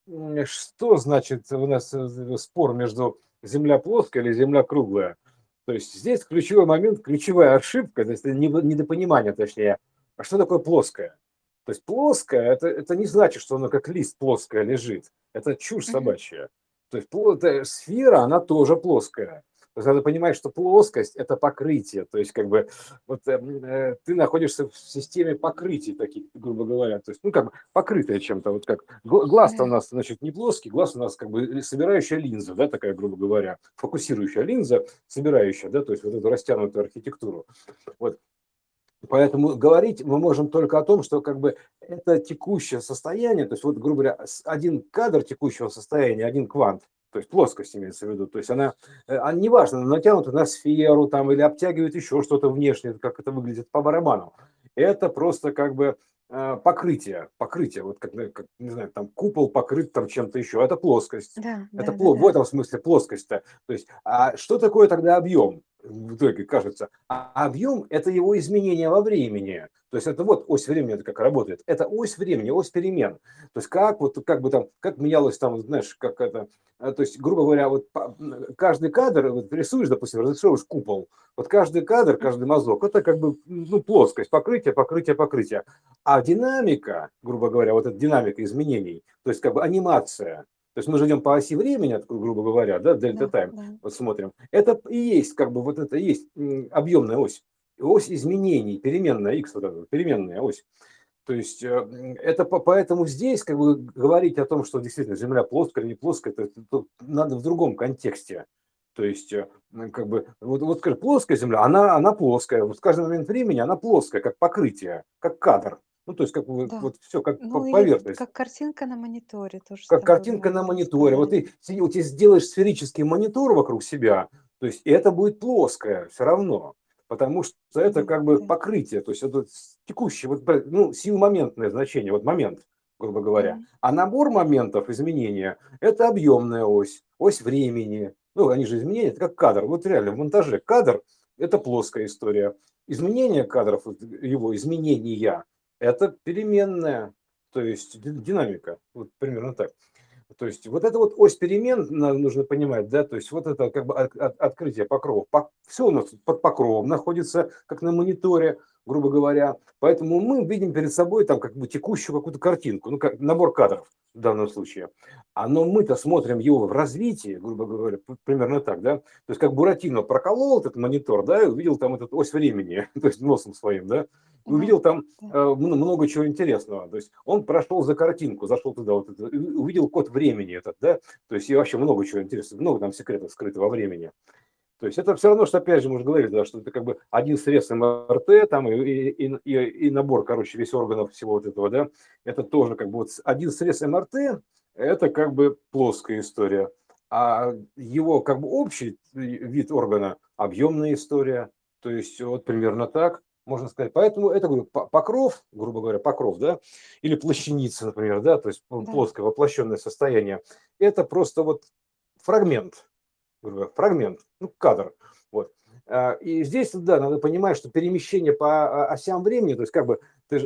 что значит у нас спор между Земля плоская или Земля круглая? То есть здесь ключевой момент, ключевая ошибка, то есть это недопонимание, точнее, а что такое плоское? То есть плоское это не значит, что оно как лист плоское лежит. Это чушь Мгм. собачья. То есть сфера, она тоже плоская. То есть надо понимать, что плоскость это покрытие. То есть как бы вот ты находишься в системе покрытий таких, грубо говоря. То есть, ну, как бы покрытая чем-то. Вот как глаз-то у Да. нас, значит, не плоский, глаз у нас как бы собирающая линза, да, такая, грубо говоря, фокусирующая линза, собирающая, да, то есть вот эту растянутую архитектуру. Вот. Поэтому говорить мы можем только о том, что как бы это текущее состояние, то есть вот, грубо говоря, один кадр текущего состояния, один квант, то есть плоскость имеется в виду, то есть она неважно, натянута на сферу там или обтягивает еще что-то внешнее, как это выглядит по барабану. Это просто как бы покрытие, вот как, не знаю, там купол покрыт там чем-то еще, это плоскость. Да, Это да, да, в да. этом смысле плоскость-то. То есть, а что такое тогда объем? В итоге кажется, а объем – это его изменение во времени. То есть это вот ось времени, это как работает. Это ось времени, ось перемен. То есть как вот как бы там, как менялось там, знаешь, как это, то есть, грубо говоря, вот каждый кадр, вот рисуешь, допустим, разрисовываешь купол, вот каждый кадр, Мгм. каждый мазок, это как бы ну, плоскость, покрытие. А динамика, грубо говоря, вот эта динамика изменений, то есть как бы анимация, то есть мы же идем по оси времени, грубо говоря, да, дельта Да, тайм, да. вот смотрим. Это и есть, как бы, вот это и есть объемная ось. Ось изменений, переменная x, вот эта переменная ось. То есть это поэтому здесь как бы говорить о том, что действительно Земля плоская или не плоская, это надо в другом контексте. То есть как бы вот скажем, плоская Земля, она плоская. Вот в каждый момент времени она плоская, как покрытие, как кадр. Ну то есть как Да. вот все как Ну, или поверхность, как картинка на мониторе, тоже с как тобой картинка на можно мониторе. Вот сказать. ты сделаешь сферический монитор вокруг себя, то есть это будет плоское все равно, потому что это Да, как бы да. покрытие, то есть это текущее, вот, ну, сиюмоментное значение, вот момент, грубо говоря. Мгм. А набор моментов изменения – это объемная ось, ось времени. Ну, они же изменения, это как кадр. Вот реально в монтаже кадр – это плоская история. Изменение кадров, его изменения – это переменная, то есть динамика. Вот примерно так. То есть вот это вот ось перемен нужно понимать, да, то есть вот это как бы открытие покровов. Все у нас под покровом находится, как на мониторе, грубо говоря. Поэтому мы видим перед собой там как бы текущую какую-то картинку, ну как набор кадров в данном случае. Но мы-то смотрим его в развитии, грубо говоря, примерно так, да. То есть как Буратино проколол этот монитор, да, и увидел там этот ось времени, то есть носом своим, да, и Да, увидел там да. много чего интересного. То есть он прошел за картинку, зашел туда, вот это, увидел код времени этот, да, то есть и вообще много чего интересного, много там секретов скрыто во времени. То есть это все равно, что опять же мы уже говорили, да, что это как бы один срез МРТ там и набор, короче, весь органов всего вот этого, да, это тоже как бы вот один срез МРТ, это как бы плоская история, а его как бы общий вид органа объемная история, то есть вот примерно так можно сказать. Поэтому это, говорю, покров, грубо говоря, покров, да, или плащаница, например, да, то есть Да. плоское воплощенное состояние, это просто вот фрагмент, грубо говоря, фрагмент, ну, кадр. Вот. И здесь, да, надо понимать, что перемещение по осям времени, то есть как бы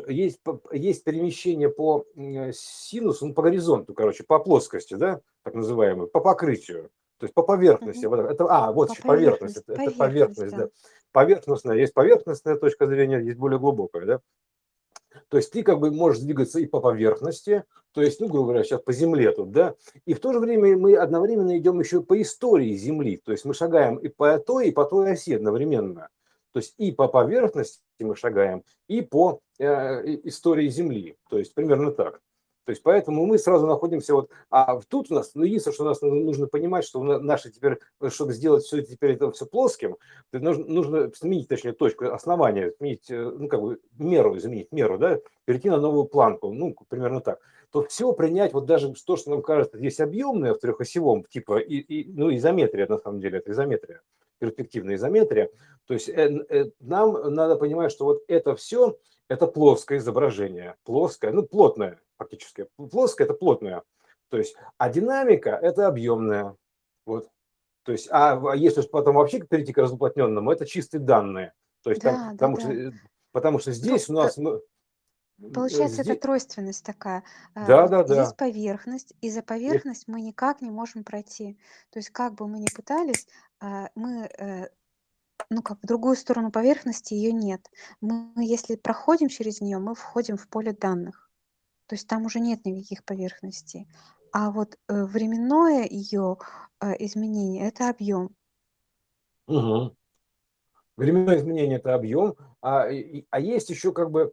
есть перемещение по синусу, ну, по горизонту, короче, по плоскости, да, так называемой, по покрытию, то есть по поверхности. Мгм. Вот это, вот По еще поверхность, поверхность, это поверхность, поверхность, да. да. Поверхностная, есть поверхностная точка зрения, есть более глубокая, да. То есть ты как бы можешь двигаться и по поверхности, то есть, ну, грубо говоря, сейчас по земле тут, да, и в то же время мы одновременно идем еще по истории Земли, то есть мы шагаем и по той оси одновременно. То есть и по поверхности мы шагаем, и по истории Земли. То есть примерно так. То есть поэтому мы сразу находимся вот, тут у нас, ну, единственное, что у нас нужно понимать, что наши теперь, чтобы сделать все теперь это все плоским, нужно сменить, точнее, точку основания, сменить, ну, как бы меру, изменить меру, да, перейти на новую планку, ну, примерно так. То все принять, вот даже то, что нам кажется здесь объемное в трехосевом, типа, ну, изометрия, на самом деле, это изометрия, перспективная изометрия. То есть нам надо понимать, что вот это все, это плоское изображение, плоское, ну, плотное фактически. Плоское – это плотное. То есть, а динамика – это объемная. Вот. То есть, если потом вообще перейти к разуплотненному, это чистые данные. То есть там, Да, да, да. потому что Ну, здесь у нас, Получается, это Здесь, тройственность такая. да, Вот да, есть да. поверхность, и за Есть. поверхность мы никак не можем пройти. То есть как бы мы ни пытались, мы, ну, как в другую сторону поверхности ее нет. Мы, если проходим через нее, мы входим в поле данных. То есть там уже нет никаких поверхностей. А вот временное ее изменение — это объем. Мгм. Временное изменение – это объем, а есть еще как бы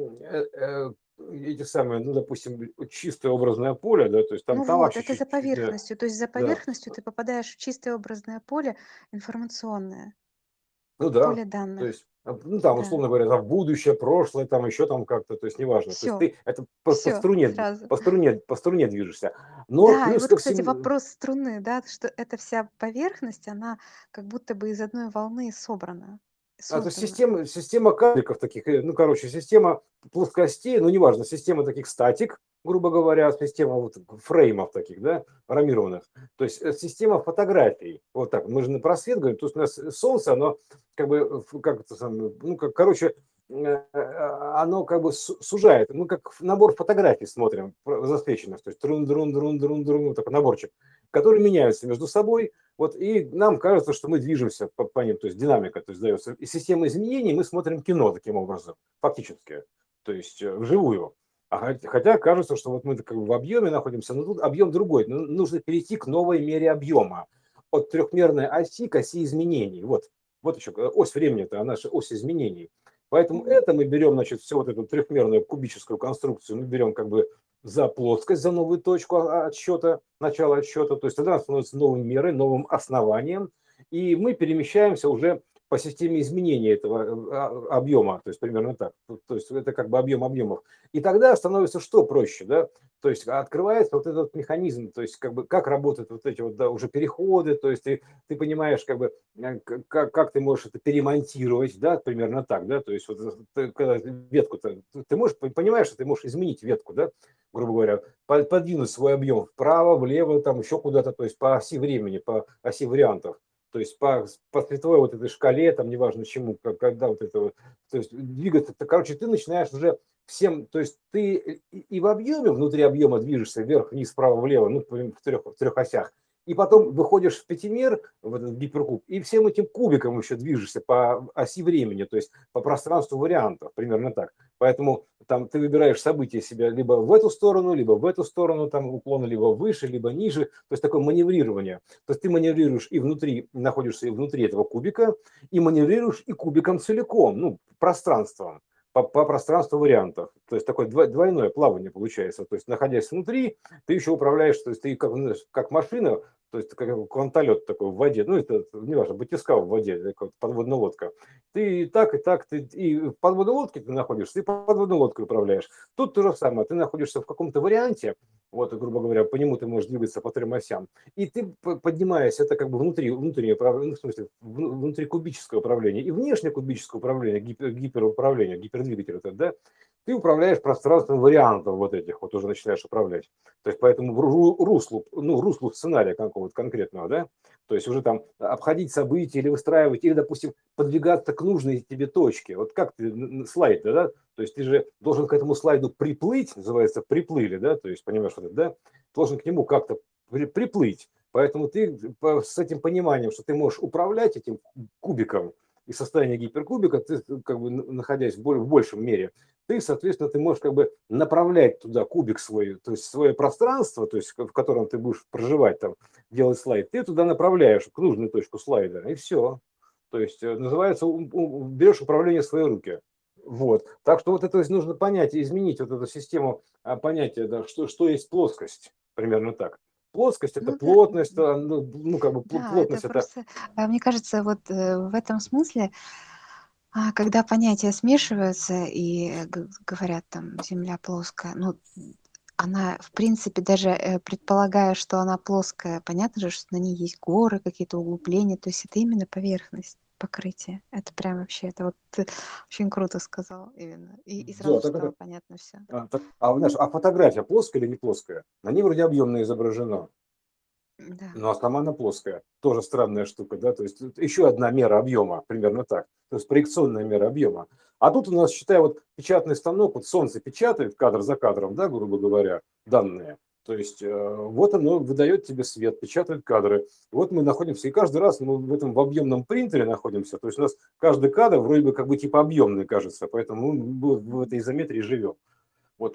эти самые, ну, допустим, чистое образное поле, да, то есть там, Ну там вот, вообще это за чуть-чуть, да, поверхностью. То есть за да. поверхностью ты попадаешь в чистое образное поле информационное, Ну да, поле то данных. есть, ну там, Да. условно говоря, там будущее, прошлое, там еще там как-то, то есть неважно. То есть Все, ты это по все струне, сразу. по струне движешься. Но Да, и плюс вот, ко кстати, всему, вопрос струны, да, что эта вся поверхность, она как будто бы из одной волны собрана, это создана. система карликов таких, ну, короче, система плоскостей, ну, неважно, система таких статик, грубо говоря, система вот фреймов таких, да, армированных. То есть система фотографий. Вот так. Мы же на просвет говорим, то есть у нас солнце, оно как бы, как это самое, ну, как, короче, оно как бы сужает. Мы как набор фотографий смотрим, засвеченных. То есть трун-друн-друн-друн-друн, вот такой наборчик, которые меняются между собой. Вот, и нам кажется, что мы движемся по ним, то есть динамика, то есть дается. И система изменений, мы смотрим кино таким образом, фактически, то есть вживую. Хотя кажется, что вот мы как бы в объеме находимся, но тут объем другой. Нужно перейти к новой мере объема. От трехмерной оси к оси изменений. Вот еще ось времени, это наша ось изменений. Поэтому Мгм. это мы берем, значит, всю вот эту трехмерную кубическую конструкцию, мы берем как бы за плоскость, за новую точку отсчета, начало отсчета, то есть тогда она становится новой мерой, новым основанием, и мы перемещаемся уже по системе изменения этого объема, то есть примерно так, то есть это как бы объем объемов. И тогда становится что проще, да, то есть открывается вот этот механизм, то есть как бы как работают вот эти вот, да, уже переходы, то есть ты понимаешь как бы как ты можешь это перемонтировать, да, примерно так, да, то есть вот ты, когда ветку ты можешь понимаешь, что ты можешь изменить ветку, да, грубо говоря, подвинуть свой объем вправо, влево, там еще куда-то, то есть по оси времени, по оси вариантов. То есть по световой вот этой шкале, там неважно чему, когда вот это вот, то есть двигаться, короче, ты начинаешь уже всем, то есть ты и в объеме, внутри объема движешься вверх, вниз, вправо, влево, ну, в трех осях, и потом выходишь в пятимер, в этот гиперкуб, и всем этим кубиком еще движешься по оси времени, то есть по пространству вариантов, примерно так. Поэтому там ты выбираешь события себя либо в эту сторону, либо в эту сторону, там уклона либо выше, либо ниже. То есть такое маневрирование. То есть ты маневрируешь и внутри, находишься и внутри этого кубика, и маневрируешь и кубиком целиком, ну, пространством, по пространству вариантов. То есть такое двойное плавание получается. То есть находясь внутри, ты еще управляешь, то есть ты как, знаешь, как машина, то есть как квантолет такой в воде, ну это неважно, батискаф в воде, как подводная лодка. Ты и так, ты и в подводной лодке ты находишься, и подводной лодкой управляешь. Тут то же самое, ты находишься в каком-то варианте, вот, грубо говоря, по нему ты можешь двигаться по трем осям, и ты поднимаешься, это как бы внутреннее управление, ну, в смысле, внутрикубическое управление, и внешнее кубическое управление, гиперуправление, гипердвигатель этот, да, ты управляешь пространством вариантов вот этих, вот уже начинаешь управлять. То есть поэтому руслу, ну, руслу сценария какого-то конкретного, да, то есть уже там обходить события или выстраивать, или, допустим, подвигаться к нужной тебе точке. Вот как ты слайд, да? То есть ты же должен к этому слайду приплыть, называется приплыли, да? То есть понимаешь вот это, да? Должен к нему как-то приплыть. Поэтому ты с этим пониманием, что ты можешь управлять этим кубиком и состояние гиперкубика, ты как бы находясь в большем мере, ты, соответственно, ты можешь как бы направлять туда кубик свой, то есть свое пространство, то есть в котором ты будешь проживать там, делать слайд, ты туда направляешь к нужную точку слайда, и все. То есть называется, берешь управление в свои руки. Вот. Так что вот это нужно понять и изменить вот эту систему понятия, да, что есть плоскость, примерно так. Плоскость – это Ну да, плотность, ну как бы да, это плотность – это… просто, мне кажется, вот в этом смысле, когда понятия смешиваются и говорят там Земля плоская, ну, она, в принципе, даже предполагая, что она плоская, понятно же, что на ней есть горы, какие-то углубления, то есть это именно поверхность, покрытие. Это прям вообще, это вот ты очень круто сказал именно. И Да, сразу так стало это… понятно все. А фотография плоская или не плоская? На ней вроде объемно изображено. Да. Но сама она плоская. Тоже странная штука, да, то есть еще одна мера объема, примерно так. То есть проекционная мера объема. А тут у нас, считай, вот печатный станок, вот солнце печатает кадр за кадром, да, грубо говоря, данные. То есть вот оно выдает тебе свет, печатает кадры. Вот мы находимся, и каждый раз мы в этом в объемном принтере находимся. То есть у нас каждый кадр вроде бы как бы типа объемный кажется, поэтому мы в этой изометрии живем. Вот,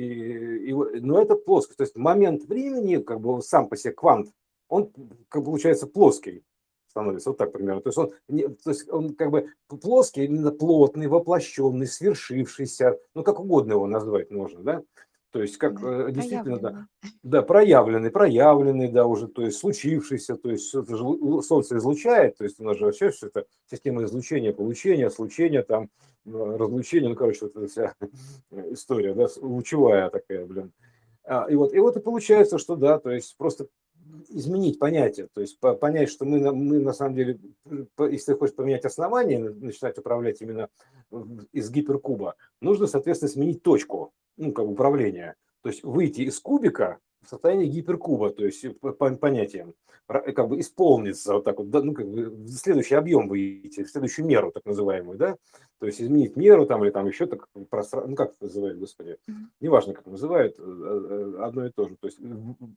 но это плоскость. То есть момент времени, как бы сам по себе квант, он как бы получается плоский становится, вот так примерно. То есть то есть он как бы плоский, именно плотный, воплощенный, свершившийся, ну как угодно его назвать можно, да? То есть как Да, действительно, да, проявленный. да, проявленный, да, уже, то есть случившийся, то есть это же Солнце излучает, то есть у нас же вообще все это система излучения, получения, случения, там, разлучения, ну, короче, вот эта вся история, да, лучевая такая, блин. И вот и получается, что да, то есть просто изменить понятие, то есть понять, что мы на самом деле, если хочешь поменять основание, начинать управлять именно из гиперкуба, нужно, соответственно, сменить точку, ну, как бы управления. То есть выйти из кубика в состояние гиперкуба, то есть по понятиям, как бы исполниться вот так вот, да, ну, как бы в следующий объем выйти, в следующую меру, так называемую, да, то есть изменить меру там или там еще так, ну, как это называют, господи, Мгм. неважно, как называют, одно и то же. То есть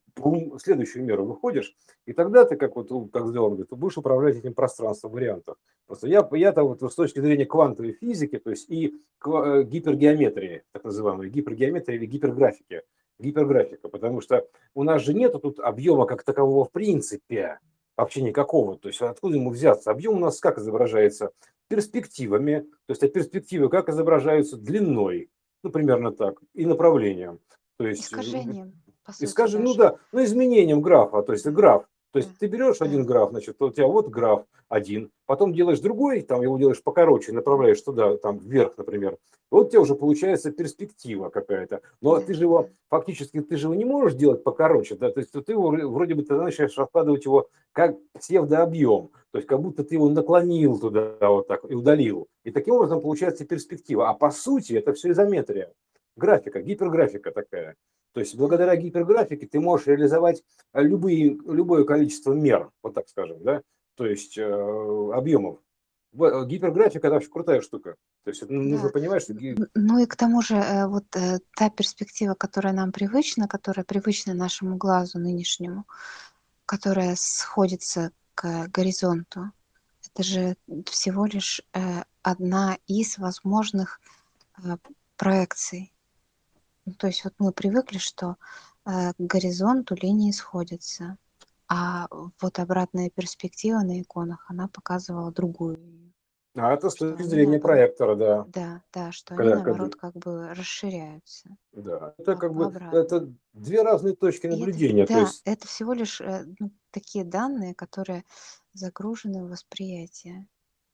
в следующую меру выходишь, и тогда ты, как вот как сделано, говорит, ты будешь управлять этим пространством вариантов. Просто я-то вот с точки зрения квантовой физики, то есть и гипергеометрии, так называемой гипергеометрии или гиперграфики, гиперграфика, потому что у нас же нету тут объема как такового в принципе, вообще никакого. То есть откуда ему взяться? Объем у нас как изображается? Перспективами, то есть а перспективы как изображаются? Длиной, ну, примерно так, и направлением. То есть, Искажением, по и сути, скажем, ну даже. да, ну, изменением графа, то есть Да, граф. То да, есть ты берешь да. один граф, значит, у тебя вот граф один, потом делаешь другой, там его делаешь покороче, Мгм. направляешь туда, там вверх, например. Вот у тебя уже получается перспектива какая-то. Но Да, ты же да. его, фактически, ты же его не можешь делать покороче, да, то есть ты его, вроде бы, ты начинаешь раскладывать его как псевдообъем, то есть как будто ты его наклонил туда вот так и удалил. И таким образом получается перспектива. А по сути это все изометрия, графика, гиперграфика такая. То есть благодаря Ага. гиперграфике ты можешь реализовать любое количество мер, вот так скажем, да, то есть объемов. Гиперграфика это очень крутая штука. То есть нужно Да. понимать, что Ну и к тому же, вот та перспектива, которая нам привычна, которая привычна нашему глазу нынешнему, которая сходится к горизонту, это же всего лишь одна из возможных э, проекций. Ну, то есть вот мы привыкли, что к горизонту линии сходятся, а вот обратная перспектива на иконах, она показывала другую линию, это с что точки они зрения наоборот, проектора, да. да, да, что они Когда, наоборот как бы расширяются, да. Это как бы обратно. это две разные точки И это, наблюдения. То да, есть, это всего лишь ну, такие данные, которые загружены в восприятие.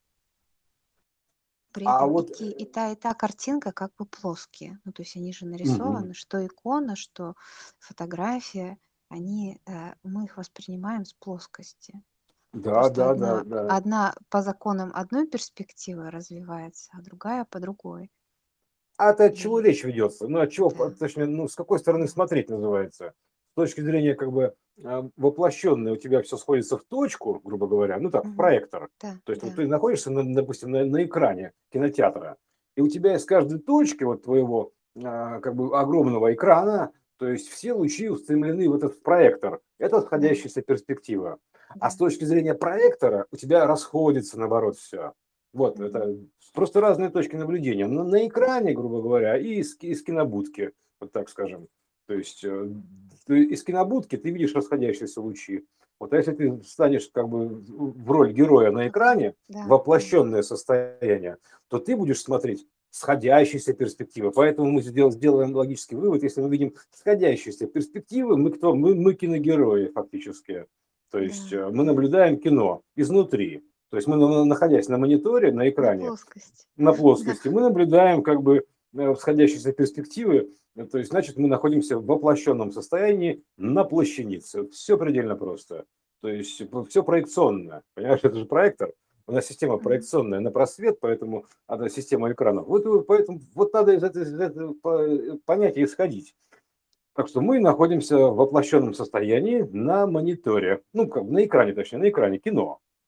При а этом вот и та картинка как бы плоские. Ну, то есть они же мгм. нарисованы, что икона, что фотография, они, мы их воспринимаем с плоскости. Да, Просто да, да, да. одна по законам одной перспективы развивается, а другая по другой. А это от чего И речь ведется? Ну, от чего, да, точнее, ну, с какой стороны да. смотреть называется? С точки зрения, как бы, воплощенной, у тебя все сходится в точку, грубо говоря, ну так, в Мгм. проектор. Да, То есть вот да. ты находишься, допустим, на экране кинотеатра, и у тебя из каждой точки вот твоего, как бы, огромного экрана, то есть все лучи устремлены в этот проектор. Это Да, сходящаяся перспектива. А с да. точки зрения проектора у тебя расходится, наоборот, все. Вот, Мгм. это просто разные точки наблюдения. На экране, грубо говоря, и из кинобудки, вот так скажем. То есть из кинобудки ты видишь расходящиеся лучи. Вот а если ты станешь как бы в роль героя на Ага. экране, Да, да. воплощенное состояние, то ты будешь смотреть сходящиеся перспективы. Поэтому мы сделаем логический вывод, если мы видим сходящиеся перспективы, мы кто? Мы киногерои фактически. То есть Да, мы да. наблюдаем кино изнутри. То есть мы, находясь на мониторе, на На экране, плоскости. на Да. плоскости, мы наблюдаем как бы сходящиеся перспективы, то есть, значит, мы находимся в воплощенном состоянии на плащанице. Все предельно просто. То есть все проекционно. Понимаешь, это же проектор. У нас система Мгм. проекционная на просвет, поэтому это система экранов. Поэтому вот надо из этого понятия исходить. Так что мы находимся в воплощенном состоянии на мониторе, ну, как на экране, точнее, на экране кино.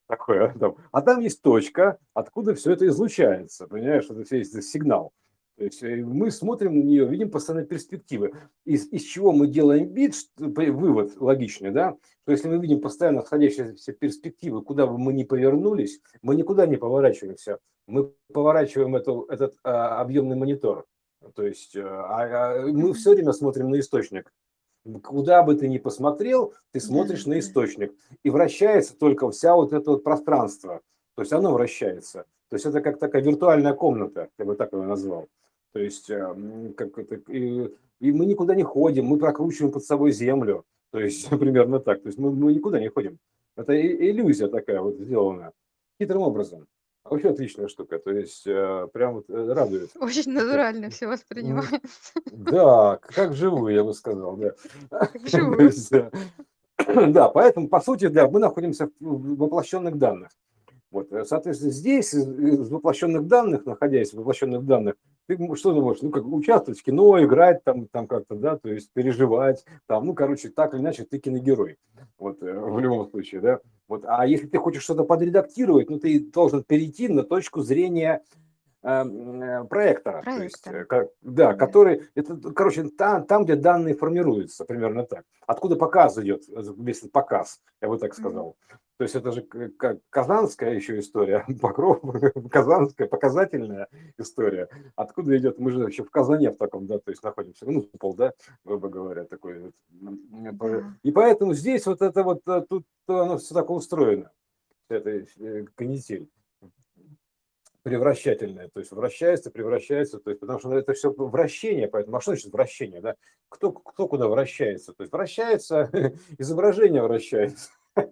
такое, там. А там есть точка, откуда все это излучается, понимаешь, это все есть сигнал. То есть мы смотрим на нее, видим постоянно перспективы. Из чего мы делаем вывод логичный, да, что если мы видим постоянно сходящиеся перспективы, куда бы мы ни повернулись, мы никуда не поворачиваемся, мы поворачиваем этот объемный монитор. То есть мы все время смотрим на источник. Куда бы ты ни посмотрел, ты смотришь на источник. И вращается только вся вот это вот пространство. То есть оно вращается. То есть это как такая виртуальная комната, я бы так его назвал. То есть как это, и мы никуда не ходим, мы прокручиваем под собой землю. То есть примерно так. То есть мы никуда не ходим. Это иллюзия такая вот сделана хитрым образом. Вообще отличная штука. То есть прям вот радует. Очень натурально все воспринимается. Да, как живую, я бы сказал, да. Как То живую. есть, да, поэтому, по сути, да, мы находимся в воплощенных данных. Вот, соответственно, здесь из воплощенных данных, находясь в воплощенных данных, ты что думаешь, ну, как участвовать в кино, играть там как-то, да, то есть переживать, там, ну, короче, так или иначе, ты киногерой, вот, в любом случае, да. Вот, а если ты хочешь что-то подредактировать, ну, ты должен перейти на точку зрения проектора, то есть, Проектора. да, Да. который, это, короче, там, где данные формируются, примерно так. Откуда показ идет, весь этот показ, я бы так сказал. То есть это же как казанская еще история, Покров, казанская показательная история. Откуда идет, мы же еще в Казане в таком, да, то есть находимся, ну, пол, да, грубо говоря, такой вот. Да. И поэтому здесь вот это вот, тут оно все так устроено, это канитель превращательное, то есть вращается, превращается, то есть потому что это все вращение, поэтому, а что значит вращение, да? Кто куда вращается? То есть вращается, изображение вращается.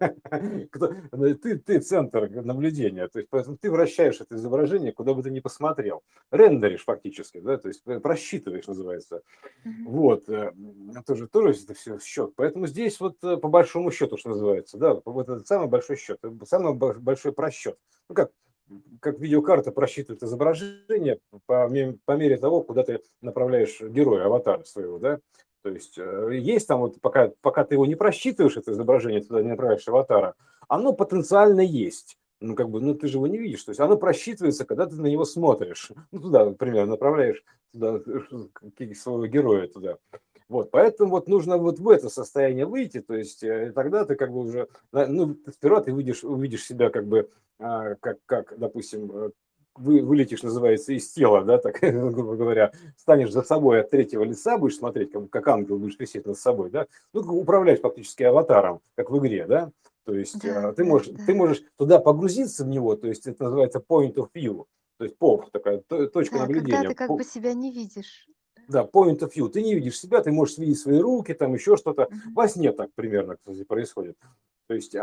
Ты центр наблюдения, то есть поэтому ты вращаешь это изображение, куда бы ты ни посмотрел, рендеришь фактически, да, то есть просчитываешь, называется. Вот, тоже это все счет. Поэтому здесь вот по большому счету, что называется, да, вот это самый большой счет, самый большой просчет. Ну как видеокарта просчитывает изображение по мере того, куда ты направляешь героя, аватара своего, да. То есть есть там вот, пока ты его не просчитываешь, это изображение, туда не направляешь аватара, оно потенциально есть. Ну, как бы, ну, ты же его не видишь. То есть оно просчитывается, когда ты на него смотришь. Ну, туда, например, направляешь туда своего героя туда. Вот, поэтому вот нужно вот в это состояние выйти, то есть тогда ты как бы уже, ну, сперва ты увидишь себя как бы, допустим, вылетишь, называется, из тела, да, так, грубо говоря, станешь за собой от третьего лица, будешь смотреть, как ангел будешь висеть над собой, да, ну, управлять фактически аватаром, как в игре, да, то есть Да, ты можешь туда погрузиться в него, то есть это называется point of view, то есть POV, такая точка да, когда наблюдения. ты как бы себя не видишь. Да, point of view. Ты не видишь себя, ты можешь видеть свои руки, там еще что-то. Во сне так примерно, кстати, происходит. То есть,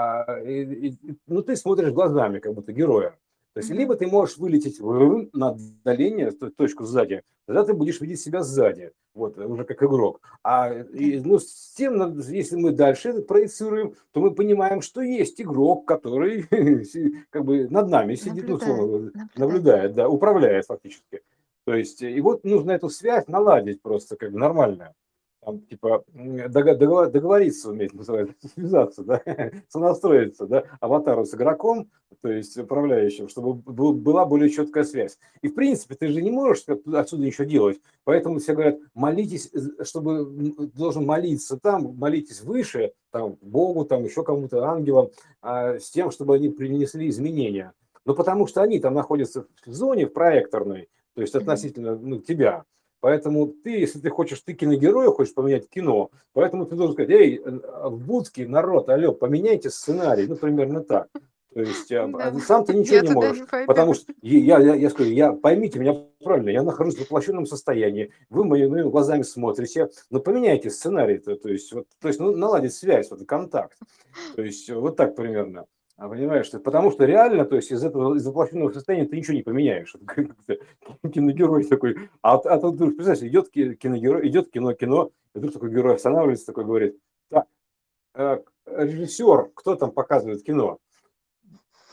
ну, ты смотришь глазами, как будто героя. То есть, либо ты можешь вылететь на отдаление, точку сзади, тогда ты будешь видеть себя сзади, вот, уже как игрок. Ну, с тем, если мы дальше проецируем, то мы понимаем, что есть игрок, который как бы над нами сидит, ну, Наблюдает. наблюдает, да, управляет фактически. То есть, и вот нужно эту связь наладить просто как бы нормально. Там, типа, договориться уметь, называется, связаться, да, сонастроиться, да, аватару с игроком, то есть управляющим, чтобы была более четкая связь. И, в принципе, ты же не можешь отсюда ничего делать, поэтому все говорят, молитесь, чтобы должен молиться там, молитесь выше, там, Богу, там, еще кому-то, ангелам, с тем, чтобы они принесли изменения. Ну, потому что они там находятся в зоне, в проекторной, то есть относительно тебя. Поэтому ты, если ты хочешь, ты киногероя хочешь поменять кино, поэтому ты должен сказать, эй, в будке, народ, алло, поменяйте сценарий, ну, примерно так. То есть сам ты ничего Я не туда можешь, не пойду. потому что я скажу, поймите меня правильно, я нахожусь в воплощенном состоянии, вы моими глазами смотрите, но поменяйте сценарий, то есть ну, наладить связь, вот, контакт. То есть вот так примерно. Понимаешь, потому что реально, то есть из воплощенного состояния ты ничего не поменяешь. Киногерой такой. Тут, представляешь, идет киногерой, идет кино, и вдруг такой герой останавливается, такой говорит, так, режиссер, кто там показывает кино?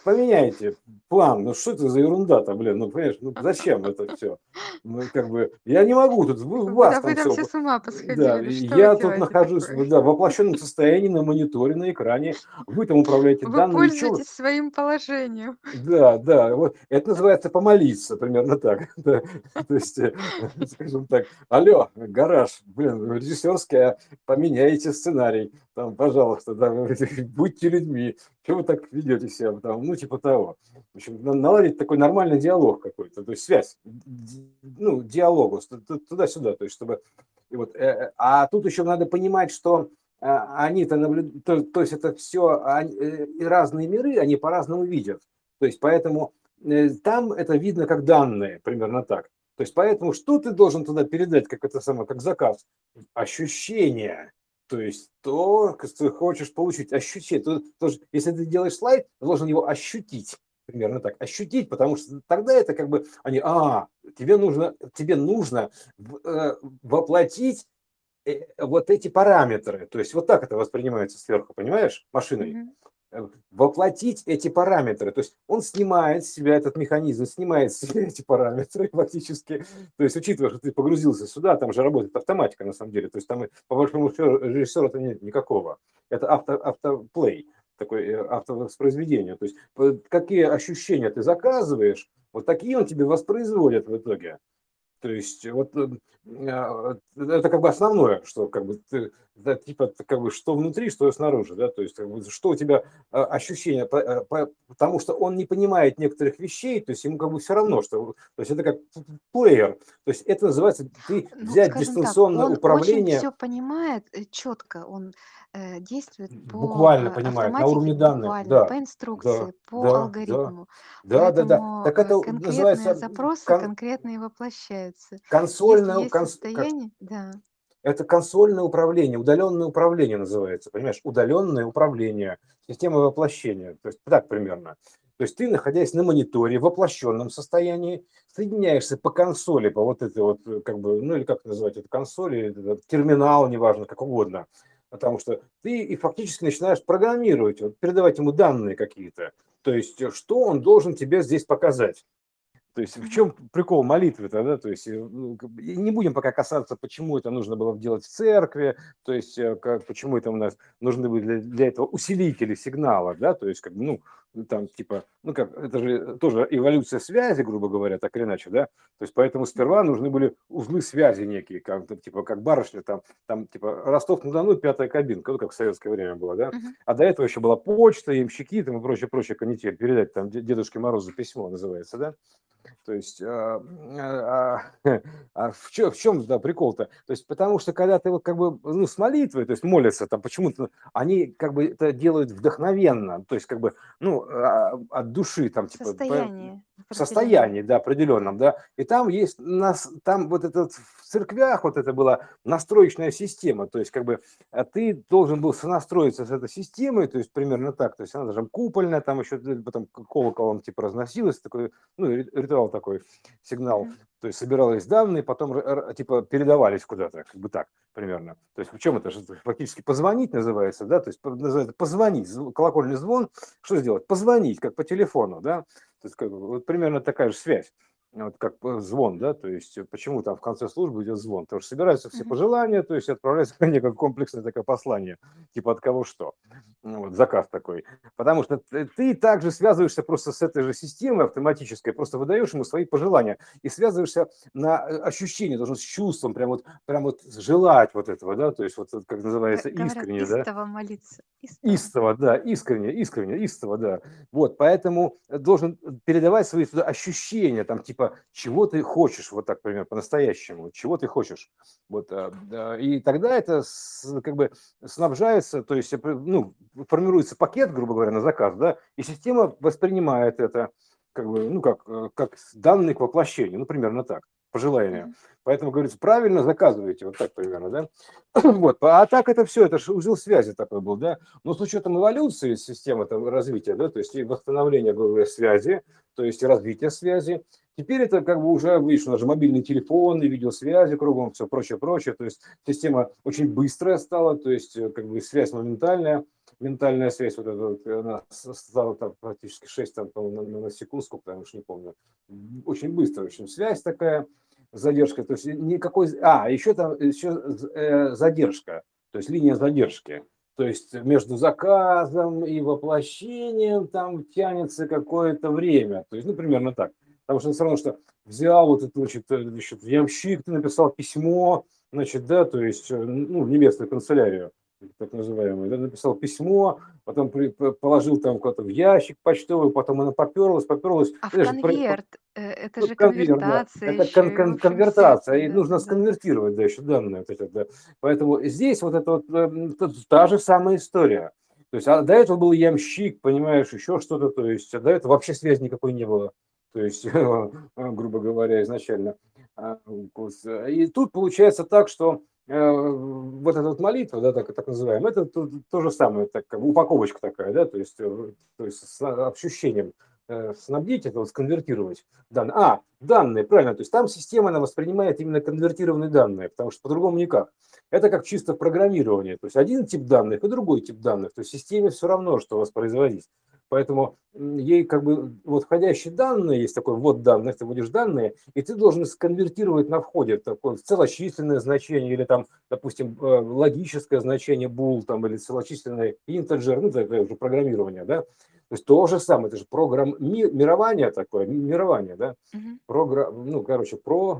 поменяйте план. Ну, что это за ерунда-то, блин, ну, понимаешь, ну, зачем это все? Ну, как бы, я не могу, тут у вас Да там вы там все. все с ума Да, посходили. Да что вы я тут делаете нахожусь такое? да, в воплощенном состоянии на мониторе, на экране. Вы там управляете Вы данными. Чё пользуетесь своим положением. да, да, вот это называется помолиться, примерно так. Да. То есть, скажем так, алло, гараж, блин, режиссерский, поменяйте сценарий, там, пожалуйста, да, будьте людьми, что вы так ведете себя, там, ну, типа того. В общем, наладить такой нормальный диалог какой-то, то есть связь, ну, диалогу, туда-сюда, то есть, чтобы... И вот, а тут еще надо понимать, что они-то наблюдают, то есть это все разные миры, они по-разному видят. То есть поэтому там это видно как данные, примерно так. То есть поэтому что ты должен туда передать, как это самое, как заказ? Ощущение. То есть то, что ты хочешь получить, ощущение. Если ты делаешь слайд, ты должен его ощутить. Примерно так. Ощутить, потому что тогда это как бы они, тебе нужно воплотить вот эти параметры. То есть вот так это воспринимается сверху, понимаешь, машиной. Мгм. Воплотить эти параметры. То есть он снимает с себя, этот механизм снимает с себя эти параметры фактически. То есть учитывая, что ты погрузился сюда, там же работает автоматика на самом деле. То есть там по большому счету режиссера-то нет никакого. Это автоплей, такое автовоспроизведение. То есть какие ощущения ты заказываешь, вот такие он тебе воспроизводит в итоге. То есть вот это как бы основное, что как бы ты, да, типа как бы что внутри, что снаружи, да, то есть как бы, что у тебя ощущение, потому что он не понимает некоторых вещей, то есть ему как бы все равно, что, то есть это как плеер, то есть это называется ты Ну, взять скажем так, дистанционное он очень управление, все понимает, четко. Он, действует по, буквально понимает на автоматике уровне данных, буквально, да, по да, инструкции, по да, да, алгоритму. да, да, да, Поэтому, так это конкретные называется запросы конкретно и воплощаются. Если консольное, есть состояние, да. это консольное управление, удаленное управление называется, понимаешь? Удаленное управление, система воплощения. То есть так примерно. То есть ты, находясь на мониторе в воплощенном состоянии, соединяешься по консоли, по вот этой вот, как бы, ну или как называть это, консоли, этот терминал, неважно, как угодно. Потому что ты и фактически начинаешь программировать, вот, передавать ему данные какие-то. То есть что он должен тебе здесь показать. То есть в Мгм. чем прикол молитвы-то, да? То есть и не будем пока касаться, почему это нужно было делать в церкви, то есть почему это у нас нужны были для этого усилители сигнала, да? То есть как бы, ну там типа, ну как, это же тоже эволюция связи, грубо говоря, так или иначе, да? То есть поэтому Мгм. сперва нужны были узлы связи некие, как типа как барышня там типа Ростов-на-Дону, пятая кабинка, ну как в советское время было, да? Мгм. А до этого еще была почта, ямщики там и прочее канитель, передать там Дедушке Морозу письмо называется, да? То есть, в чем да, прикол-то? То есть, потому что когда ты вот как бы, ну, с молитвой, то есть молятся, там почему-то они как бы это делают вдохновенно, то есть как бы, ну, от души, там типа Состояние в определенное. состоянии, да, определенном, да, и там есть там вот этот в церквях вот это была настроечная система, то есть как бы ты должен был сонастроиться с этой системой, то есть примерно так, то есть она даже купольная, там еще потом колоколом типа разносилась, такой, ну, ритуал такой, сигнал, Мгм. то есть собирались данные, потом типа передавались куда-то, как бы так примерно. То есть в чем это же фактически позвонить называется, да, то есть называется позвонить, колокольный звон, что сделать? Позвонить, как по телефону, да, то есть как бы, вот примерно такая же связь. Вот как звон, да, то есть почему там в конце службы идет звон? Потому что собираются все Мгм. пожелания, то есть отправляется некое комплексное такое послание, типа от кого что. Ну, вот заказ такой. Потому что ты также связываешься просто с этой же системой автоматической, просто выдаешь ему свои пожелания и связываешься на ощущение, должен с чувством, прям вот желать вот этого, да, то есть вот как называется Говорят, искренне, да, истово молиться. Истово. истово, да, искренне, истово, да. Вот, поэтому должен передавать свои туда ощущения, там, типа, чего ты хочешь, вот так, например, по-настоящему, чего ты хочешь. Вот, да, и тогда это как бы снабжается, то есть, ну, формируется пакет, грубо говоря, на заказ, да, и система воспринимает это, как бы, ну, как данные к воплощению, ну, примерно так, пожелания. Мгм. Поэтому, говорится, правильно заказываете, вот так примерно, да. Вот, а так это все, это же узел связи такой был, да. Но с учетом эволюции системы там, развития, да, то есть и восстановления, грубо говоря, связи, то есть и развития связи, теперь это как бы уже, видишь, у нас же мобильные телефоны, видеосвязи кругом, все прочее, прочее, то есть система очень быстрая стала, то есть как бы связь моментальная, ментальная связь вот эта вот, она стала там практически 6 там, на секунду, сколько там, уж не помню. Очень быстро, очень связь такая, задержка, то есть никакой... еще там задержка, то есть линия задержки. То есть между заказом и воплощением там тянется какое-то время. То есть, ну, примерно так. Потому что все равно, что взял вот это, значит, ямщик, ты написал письмо, значит, да, то есть, ну, в небесную канцелярию, так называемую, да, написал письмо, потом положил там куда-то в ящик почтовый, потом она поперлась, А в это же конверт, это ну, же конверт, да. конвертация Это еще, и, в общем, все конвертация, это, и нужно да. сконвертировать, да, еще данные вот эти, да. Поэтому здесь вот это вот та же самая история. То есть до этого был ямщик, понимаешь, еще что-то, то есть до этого вообще связи никакой не было. То есть, грубо говоря, изначально. И тут получается так, что вот эта вот молитва, да, так называемая, это то же самое, так, как упаковочка такая, да, то есть с ощущением снабдить это, вот, сконвертировать данные. Данные, правильно, то есть там система, она воспринимает именно конвертированные данные, потому что по-другому никак. Это как чисто программирование, то есть один тип данных и другой тип данных, то есть системе все равно, что воспроизводить. Поэтому ей как бы вот входящие данные, есть такой ввод данных, ты вводишь данные, и ты должен сконвертировать на входе такое целочисленное значение или там, допустим, логическое значение bool там, или целочисленное integer, ну, это уже программирование, да. То есть то же самое, это же мирование такое, мирование, да. Мгм. Ну, короче,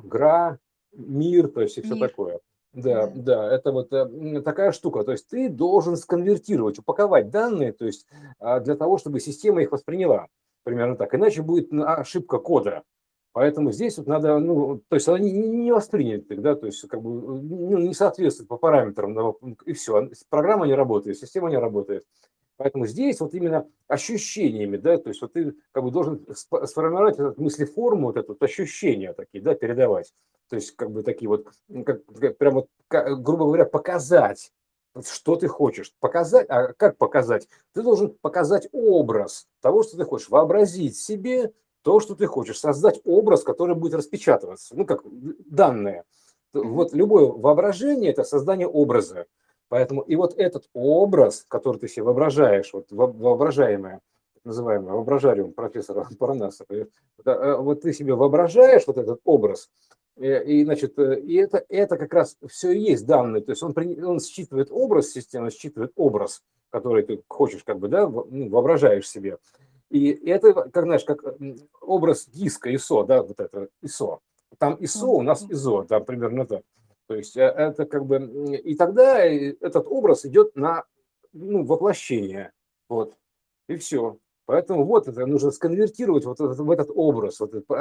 мир, то есть и все Мир, такое. Да, да. да, это вот такая штука. То есть ты должен сконвертировать, упаковать данные, то есть для того, чтобы система их восприняла. Примерно так. Иначе будет ошибка кода. Поэтому здесь вот надо, ну, то есть она не воспринят их, да, то есть как бы ну, не соответствует по параметрам, да, и все. Программа не работает, система не работает. Поэтому здесь вот именно ощущениями, да, то есть вот ты как бы должен сформировать эту мыслеформу, вот это вот ощущения такие, да, передавать. То есть как бы такие вот, прям вот, грубо говоря, показать, что ты хочешь. Показать, а как показать? Ты должен показать образ того, что ты хочешь, вообразить себе то, что ты хочешь, создать образ, который будет распечатываться, ну, как данные. Мгм. Вот любое воображение – это создание образа. Поэтому и вот этот образ, который ты себе воображаешь, вот воображаемое, так называемое воображариум профессора Парнаса, вот ты себе воображаешь вот этот образ, значит, и это как раз все и есть данные. То есть он считывает образ, система считывает образ, который ты хочешь, как бы, да, ну, воображаешь себе. И это, как знаешь, как образ диска ISO, да, вот это ISO. Там ISO, Вот, у нас да. ISO, там примерно так. То есть это как бы... И тогда этот образ идет на воплощение. Вот. И все. Поэтому вот это нужно сконвертировать вот в этот образ,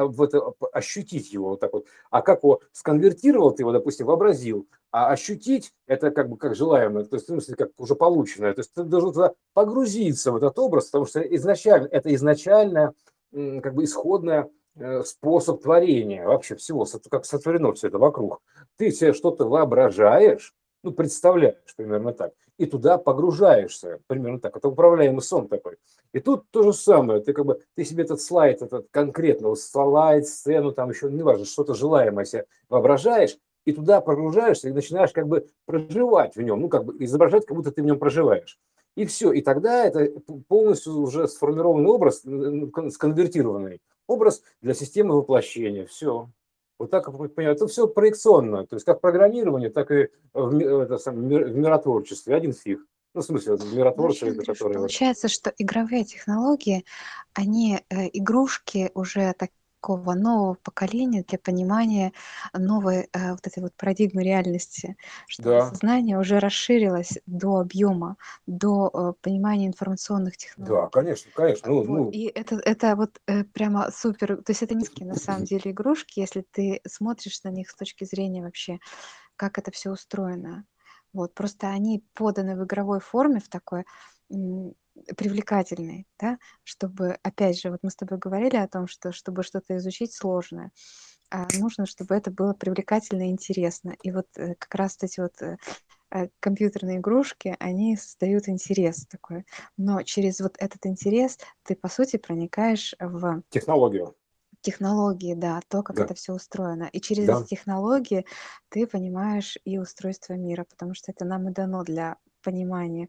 ощутить его вот так вот. А как его сконвертировал, ты его, допустим, вообразил, а ощутить это как бы как желаемое, то есть, в смысле, как уже полученное. То есть ты должен туда погрузиться в этот образ, потому что изначально как бы исходное способ творения вообще всего, как сотворено все это вокруг. Ты себе что-то воображаешь, ну, представляешь примерно так, и туда погружаешься, примерно так. Это управляемый сон такой. И тут то же самое, ты себе этот слайд, этот конкретно, вот слайд, сцену, там еще, неважно, что-то желаемое себе воображаешь, и туда погружаешься и начинаешь как бы проживать в нем, ну, как бы изображать, как будто ты в нем проживаешь. И все, и тогда это полностью уже сформированный образ, сконвертированный образ для системы воплощения. Все. Вот так, понимаю, это все проекционно, то есть как программирование, так и в миротворчестве. Один фиг. Ну, в смысле, в Ну, миротворцы, вообще, это Андрюш, которые... получается, что игровые технологии, они игрушки уже такого нового поколения для понимания новой вот этой вот парадигмы реальности, чтобы Да, сознание уже расширилось до объема, до понимания информационных да, технологий. конечно, конечно. Вот, и это вот прямо супер, то есть это низкие на самом деле игрушки, если ты смотришь на них с точки зрения вообще, как это все устроено. Вот, просто они поданы в игровой форме, в такой м, привлекательной, да, чтобы, опять же, вот мы с тобой говорили о том, что чтобы что-то изучить сложное, нужно, чтобы это было привлекательно и интересно. И вот как раз вот эти вот компьютерные игрушки, они создают интерес такой. Но через вот этот интерес ты, по сути, проникаешь в технологию. технологии, да, то, как Да, это все устроено. И через эти да. технологии ты понимаешь и устройство мира, потому что это нам и дано для понимания.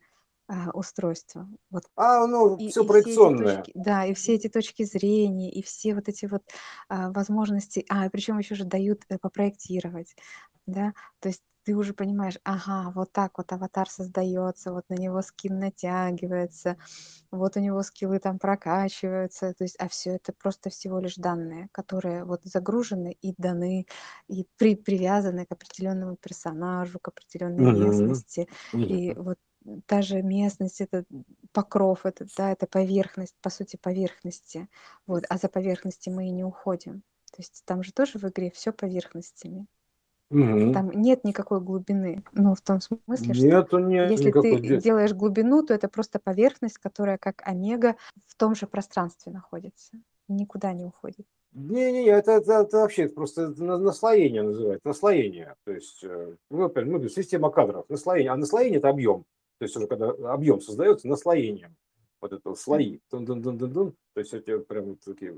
устройства. Вот. Ну, И, все и все эти проекционное. точки, да, и все эти точки зрения, и все вот эти вот возможности, причем еще же дают попроектировать, да, то есть ты уже понимаешь, ага, вот так вот аватар создается, вот на него скин натягивается, вот у него скиллы там прокачиваются, то есть, а все это просто всего лишь данные, которые вот загружены и даны, и привязаны к определенному персонажу, к определенной Мгм. местности, и Понятно. вот та же местность, это покров, это, да, это поверхность, по сути, поверхности, вот, а за поверхности мы и не уходим. То есть там же тоже в игре все поверхностями. Мгм. Там нет никакой глубины. Ну, в том смысле, что Нет если ты никакой. делаешь глубину, то это просто поверхность, которая как омега в том же пространстве находится. Никуда не уходит. Не-не-не, это вообще просто наслоение называется, наслоение. То есть, ну, опять, мы говорим, система кадров, наслоение. А наслоение – это объем. То есть уже когда объем создается наслоением, вот это вот слои, дун-дун-дун-дун-дун, то есть эти прям вот такие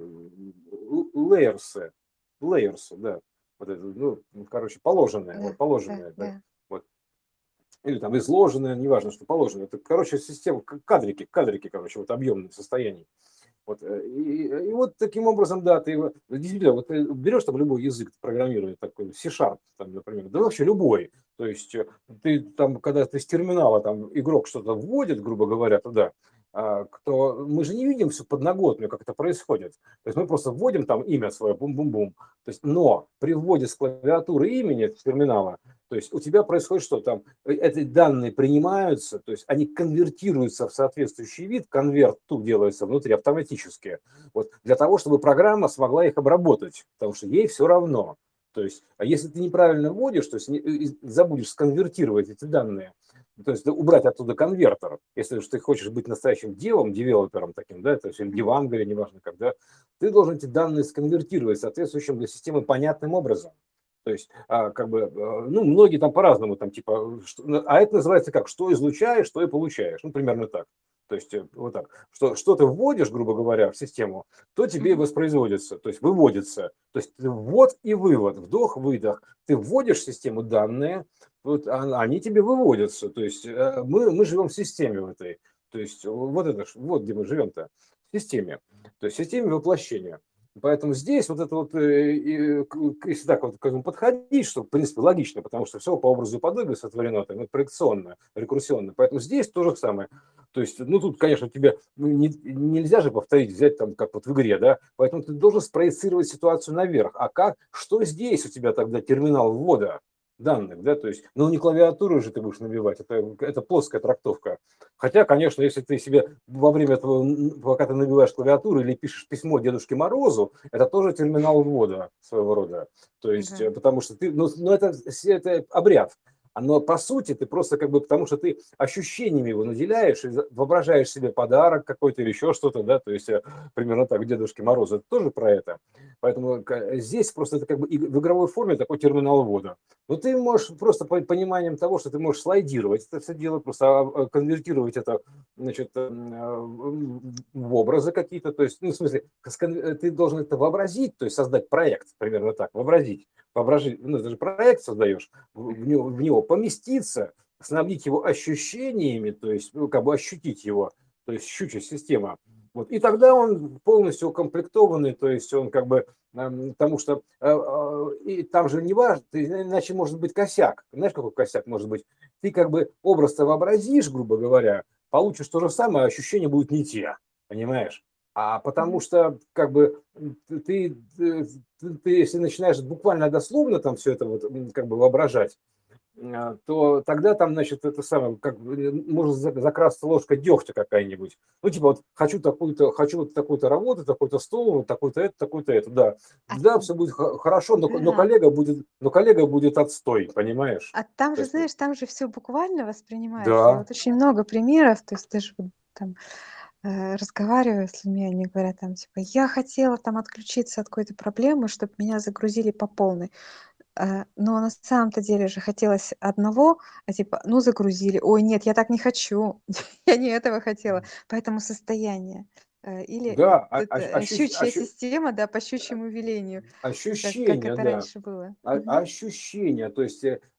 лейерсы, лейерсы, да. Вот это, ну, короче, положенное, Да, вот да, положенное, да. да. Вот. Или там изложенное, неважно, что положено. Это, короче, система, кадрики, короче, вот объемное состояние. Вот, и вот таким образом, да, ты действительно, вот ты берешь там любой язык программирования, такой C-Sharp, там, например, да вообще любой. То есть ты там, когда ты с терминала там игрок что-то вводит, грубо говоря, туда, кто, мы же не видим всю подноготную, как это происходит. То есть мы просто вводим там имя свое, бум-бум-бум. То есть, но при вводе с клавиатуры имени с терминала, то есть у тебя происходит что? Там эти данные принимаются, то есть они конвертируются в соответствующий вид, конверт тут делается внутри автоматически, вот, для того, чтобы программа смогла их обработать, потому что ей все равно. То есть, а если ты неправильно вводишь, то есть забудешь сконвертировать эти данные, то есть убрать оттуда конвертер, если уж ты хочешь быть настоящим девом, девелопером таким, да, то есть или девангой, неважно когда, ты должен эти данные сконвертировать соответствующим для системы понятным образом. То есть, как бы, ну, многие там по-разному, там, типа, а это называется как, что излучаешь, что и получаешь, ну, примерно так. То есть, вот так, что ты вводишь, грубо говоря, в систему, то тебе и воспроизводится, то есть выводится. То есть ввод и вывод, вдох-выдох. Ты вводишь в систему данные, вот, они тебе выводятся. То есть мы живем в системе в этой. То есть вот это, вот где мы живем-то, в системе. То есть в системе воплощения. Поэтому здесь вот это вот, если так вот к этому подходить, что, в принципе, логично, потому что все по образу и подобию сотворено, там, проекционно, рекурсионно. Поэтому здесь то же самое. То есть, ну, тут, конечно, тебе нельзя же повторить, взять там, как вот в игре, да, поэтому ты должен спроецировать ситуацию наверх. А как, что здесь у тебя тогда терминал ввода данных, да, то есть, ну, не клавиатуру же ты будешь набивать, это плоская трактовка. Хотя, конечно, если ты себе во время этого, пока ты набиваешь клавиатуру или пишешь письмо Дедушке Морозу, это тоже терминал ввода своего рода. То есть, Ага. потому что ты, ну это обряд. Но по сути ты просто как бы, потому что ты ощущениями его наделяешь, и воображаешь себе подарок какой-то или еще что-то, да, то есть примерно так, Дедушке Морозу, это тоже про это. Поэтому здесь просто это как бы в игровой форме такой терминал ввода. Но ты можешь просто пониманием того, что ты можешь слайдировать это все дело, просто конвертировать это, значит, в образы какие-то, то есть, ну, в смысле, ты должен это вообразить, то есть создать проект, примерно так, воображить, ну, это же проект создаешь, в него поместиться, снабдить его ощущениями, то есть, ну, как бы ощутить его, то есть щучья система. Вот. И тогда он полностью укомплектованный, то есть он как бы, потому что и там же не важно, иначе может быть косяк. Знаешь, какой косяк может быть? Ты как бы образ-то вообразишь, грубо говоря, получишь то же самое, а ощущения будут не те, понимаешь? А потому что как бы ты если начинаешь буквально дословно там все это вот как бы воображать, то тогда там, значит, это самое, как может закрасться ложка дегтя какая-нибудь. Ну, типа, вот хочу вот такую-то работу, такой-то стол, вот такой-то это, да. А, Да, все будет хорошо, но да. коллега будет отстой, понимаешь? А там То же, есть, знаешь, там же все буквально воспринимается. И да, вот очень много примеров, то есть даже вот там разговариваю с людьми, они говорят там типа: "Я хотела там отключиться от какой-то проблемы, чтобы меня загрузили по полной". Но на самом-то деле же хотелось одного, а типа: "Ну, загрузили. Ой, нет, я так не хочу. Я не этого хотела". Поэтому состояние. Или да, это щучья система, да, по щучьему велению, как ощущения, это да. раньше было. Ощущения, то есть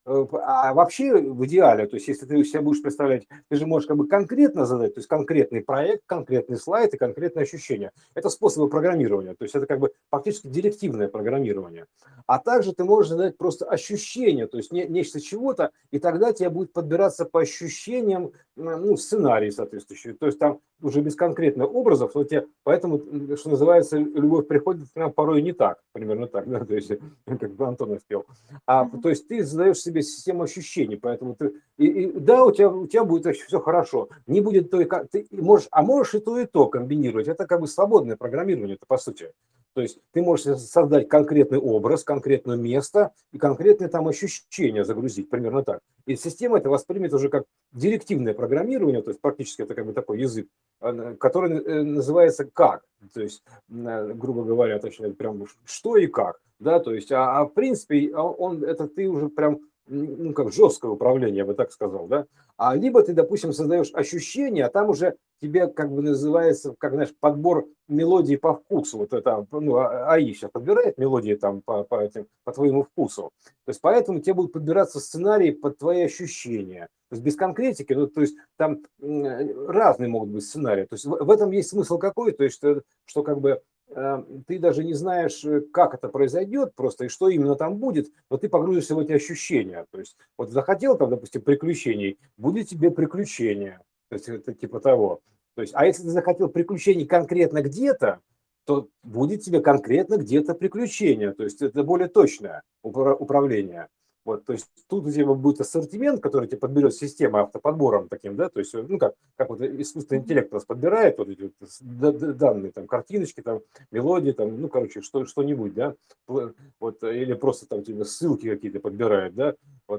А вообще в идеале, то есть если ты себя будешь представлять, ты же можешь как бы конкретно задать, то есть конкретный проект, конкретный слайд и конкретное ощущение. Это способы программирования, то есть это как бы фактически директивное программирование. А также ты можешь задать просто ощущение, то есть нечто чего-то, и тогда тебе будет подбираться по ощущениям, ну, сценарий соответствующий. То есть там уже без конкретных образов, но тебе, поэтому, что называется, любовь приходит к нам порой не так, примерно так, да, то есть, как бы Антонов спел. То есть ты задаешь себе систему ощущений, поэтому ты, да, у тебя будет все хорошо, не будет то, ты можешь, а можешь и то комбинировать, это как бы свободное программирование, это по сути. То есть ты можешь создать конкретный образ, конкретное место и конкретные там ощущения загрузить, примерно так. И система это воспримет уже как директивное программирование, то есть практически это как бы такой язык, который называется как, то есть, грубо говоря, точнее, прям что и как, да, то есть, в принципе, это ты уже прям, ну, как жесткое управление, я бы так сказал, да, либо ты, допустим, создаешь ощущение, а там уже тебе, как бы называется, как, знаешь, подбор мелодии по вкусу, вот это, ну, АИ сейчас подбирает мелодии там по твоему вкусу, то есть, поэтому тебе будут подбираться сценарии под твои ощущения, то есть, без конкретики, ну, то есть, там разные могут быть сценарии, то есть, в этом есть смысл какой, то есть, что как бы ты даже не знаешь, как это произойдет просто и что именно там будет, но ты погрузишься в эти ощущения. То есть вот захотел там, допустим, приключений, будет тебе приключения. То есть это типа того. То есть, а если ты захотел приключений конкретно где-то, то будет тебе конкретно где-то приключения. То есть это более точное управление. Вот, то есть тут у тебя будет ассортимент, который тебе подберет система автоподбором таким, да, то есть, ну, как вот искусственный интеллект нас подбирает, вот эти вот данные, там, картиночки, там, мелодии, там, ну, короче, что-нибудь, да, вот, или просто там тебе ссылки какие-то подбирает, да, вот,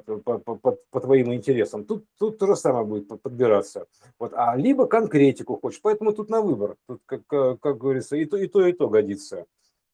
по твоим интересам. Тут то же самое будет подбираться. Вот, либо конкретику хочешь, поэтому тут на выбор, тут, как говорится, и то годится.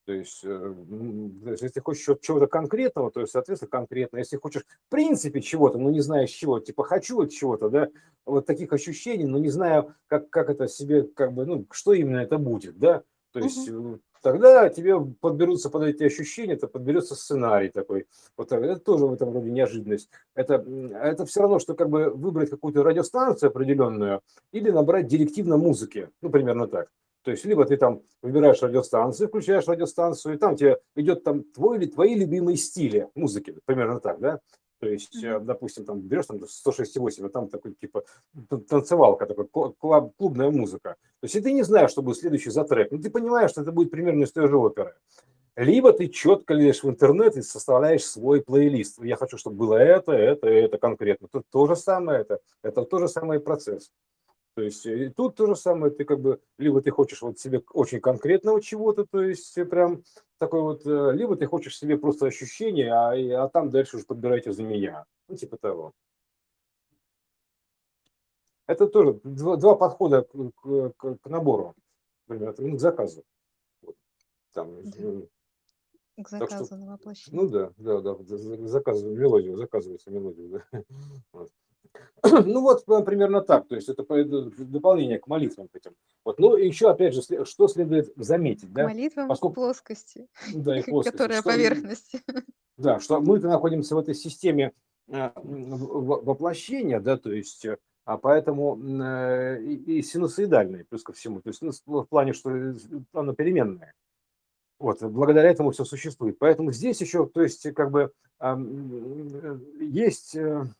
То есть, если хочешь чего-то конкретного, то есть, соответственно, конкретно. Если хочешь, в принципе, чего-то, но не знаешь чего, типа хочу вот чего-то, да, вот таких ощущений, но не знаю, как это себе, как бы, ну, что именно это будет, да. То есть, тогда тебе подберутся под эти ощущения, это подберется сценарий такой. Вот так. Это тоже в этом роде неожиданность. Это все равно, что как бы выбрать какую-то радиостанцию определенную или набрать директивно музыки. Ну, примерно так. То есть, либо ты там выбираешь радиостанцию, включаешь радиостанцию, и там тебе идет там твои любимые стили музыки, примерно так, да? То есть, допустим, там берешь там 106,8, а там такой типа танцевалка, такой клубная музыка. То есть, и ты не знаешь, что будет следующий за трек, но ты понимаешь, что это будет примерно из той же оперы. Либо ты четко лезешь в интернет и составляешь свой плейлист. Я хочу, чтобы было это конкретно. Тут то же самое, это то же самое процесс. То есть и тут то же самое, ты как бы, либо ты хочешь вот себе очень конкретного чего-то, то есть прям такой вот, либо ты хочешь себе просто ощущения, а там дальше уже подбирайте за меня. Ну, типа того. Это тоже два подхода к набору, например, к заказу. Вот, там, Да, к так что, заказу на ну воплощение. да, заказываю мелодию, заказывается мелодию. Да. Вот. Ну вот примерно так, то есть это дополнение к молитвам этим. Вот. Ну и еще опять же, что следует заметить, К да, молитвам поскольку, плоскости, да, и плоскости, которая что, поверхность. да, что мы-то находимся в этой системе воплощения, да, то есть, поэтому и синусоидальные, плюс ко всему, то есть ну, в плане, что оно переменное. Вот, благодаря этому все существует. Поэтому здесь еще, то есть, как бы есть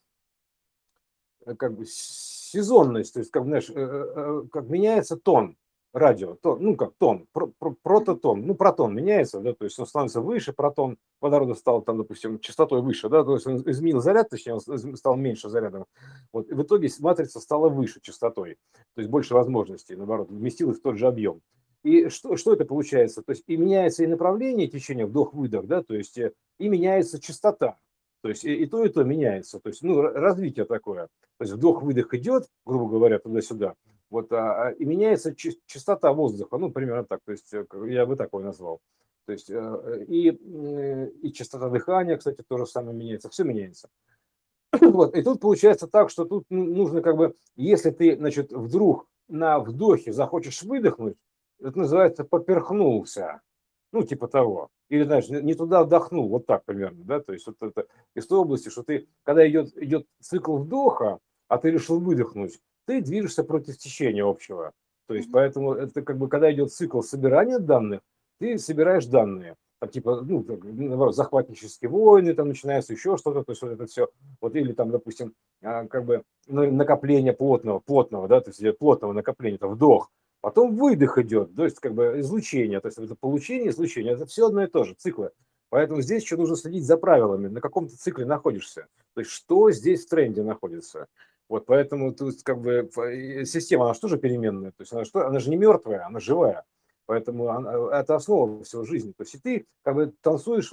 как бы сезонность, то есть, как, знаешь, как меняется тон радио, ну, как тон, прототон, ну, протон меняется, да, то есть он становится выше, протон водорода стал, там, допустим, частотой выше, да, то есть он изменил заряд, точнее, он стал меньше зарядом. Вот, и в итоге матрица стала выше частотой, то есть больше возможностей, наоборот, вместил их в тот же объем. И что это получается? То есть и меняется и направление течения, вдох-выдох, да, то есть и меняется частота. То есть и то меняется. То есть, ну, развитие такое. То есть вдох-выдох идет, грубо говоря, туда-сюда, вот, и меняется частота воздуха, ну, примерно так, то есть я бы такой назвал. То есть и частота дыхания, кстати, тоже самое меняется, все меняется. Вот, и тут получается так, что тут нужно как бы, если ты, значит, вдруг на вдохе захочешь выдохнуть, это называется поперхнулся. ну, типа того. Или, знаешь, не туда вдохнул, вот так примерно, да, то есть вот это из той области, что ты, когда идет цикл вдоха, а ты решил выдохнуть, ты движешься против течения общего. То есть, Мгм. поэтому это как бы, когда идет цикл собирания данных, ты собираешь данные. Там, типа, ну, наоборот, захватнические войны, там начинается еще что-то, то есть вот это все. Вот, или там, допустим, как бы накопление плотного, да, то есть идет плотного накопления, это вдох, потом выдох идет, то есть как бы излучение, то есть это получение, излучение, это все одно и то же, циклы. Поэтому здесь еще нужно следить за правилами, на каком ты цикле находишься, то есть что здесь в тренде находится. Вот поэтому тут как бы система, она же тоже переменная, то есть она же не мертвая, она живая. Поэтому это основа всего жизни. То есть и ты как бы танцуешь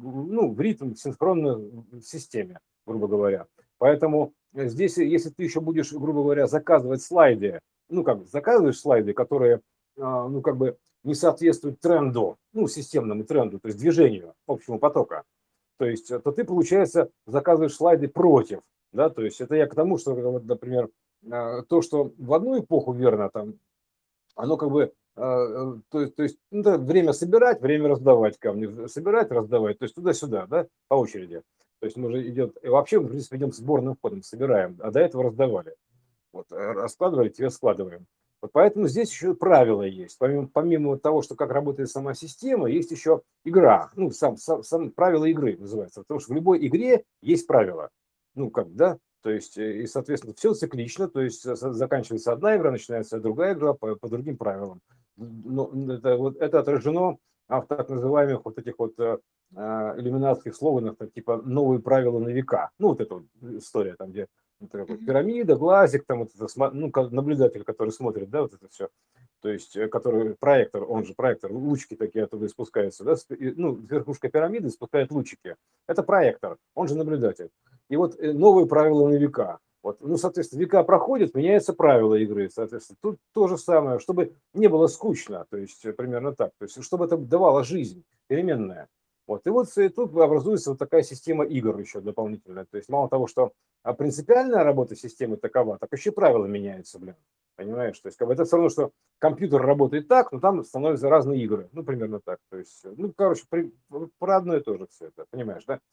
в ритм синхронно в системе, грубо говоря. Поэтому здесь, если ты еще будешь, грубо говоря, заказывать слайды, ну, как заказываешь слайды, которые, ну, как бы не соответствуют тренду, ну, системному тренду, то есть движению общего потока, то есть, то ты, получается, заказываешь слайды против, да, то есть это я к тому, что, вот, например, то, что в одну эпоху верно, там, оно как бы, то есть ну, это время собирать, время раздавать камни, собирать, раздавать, то есть туда-сюда, да, по очереди. То есть мы же идет, и вообще, в принципе, идем сборным ходом, собираем, а до этого раздавали. Вот, раскладывали, тебе складываем. Вот поэтому здесь еще правила есть. Помимо того, что как работает сама система, есть еще игра. Ну, сам правила игры называется. Потому что в любой игре есть правила. Ну, как, да? То есть, и, соответственно, все циклично. То есть, заканчивается одна игра, начинается другая игра по другим правилам. Но это отражено в так называемых вот этих вот иллюминатских слоганах, типа «новые правила на века». Ну, вот эта вот история, там, где Мгм. пирамида, глазик, там вот это, ну, наблюдатель, который смотрит, да, вот это все, то есть, который проектор, он же проектор, лучики такие оттуда спускаются, да, ну, верхушка пирамиды спускает лучики. Это проектор, он же наблюдатель. И вот новые правила на века. Вот, ну, соответственно, века проходят, меняются правила игры, соответственно. Тут то же самое, чтобы не было скучно, то есть примерно так, то есть чтобы это давало жизнь переменная. Вот. И вот тут образуется вот такая система игр еще дополнительная. То есть мало того, что принципиальная работа системы такова, так еще правила меняются, блин. Понимаешь? То есть как бы это все равно, что компьютер работает так, но там становятся разные игры. Ну, примерно так. То есть, ну, короче, про одно и то же все это. Понимаешь, да?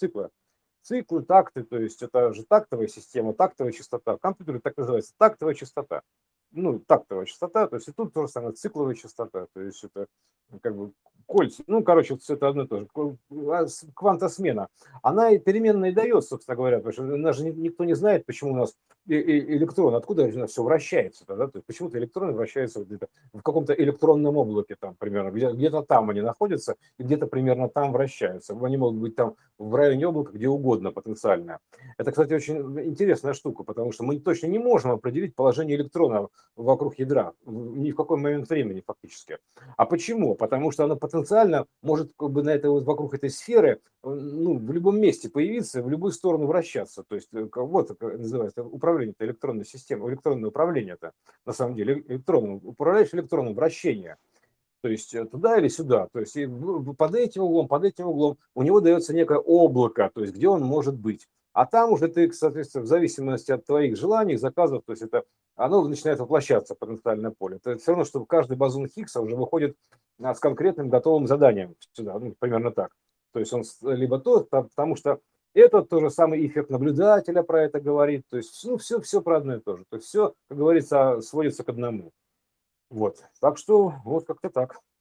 Циклы, такты, то есть это же тактовая система, тактовая частота. В компьютере так называется тактовая частота. Ну, тактовая частота, то есть и тут то же самое, цикловая частота, то есть это как бы кольца, ну, короче, все это одно и то же. Квантосмена, она и переменная и дает, собственно говоря, потому что у нас же никто не знает, почему у нас электрон, откуда у нас все вращается, да? То есть почему-то электроны вращаются где-то в каком-то электронном облаке, там, примерно, где-то там они находятся, и где-то примерно там вращаются. Они могут быть там в районе облака, где угодно потенциально. Это, кстати, очень интересная штука, потому что мы точно не можем определить положение электрона вокруг ядра ни в какой момент времени фактически. А почему? Потому что оно потенциально может как бы вокруг этой сферы ну, в любом месте появиться, в любую сторону вращаться. То есть вот как называется управление электронной системой, электронное управление это на самом деле электронным, управляешь электронным вращением. То есть туда или сюда. То есть под этим углом у него дается некое облако, то есть где он может быть. А там уже ты, соответственно, в зависимости от твоих желаний, заказов, то есть это оно начинает воплощаться потенциальное поле. Это все равно, что каждый бозон Хиггса уже выходит с конкретным готовым заданием сюда, ну, примерно так. То есть он либо тот, потому что это тот же самый эффект наблюдателя про это говорит. То есть ну, все про одно и то же. То есть все, как говорится, сводится к одному. Вот. Так что вот как-то так.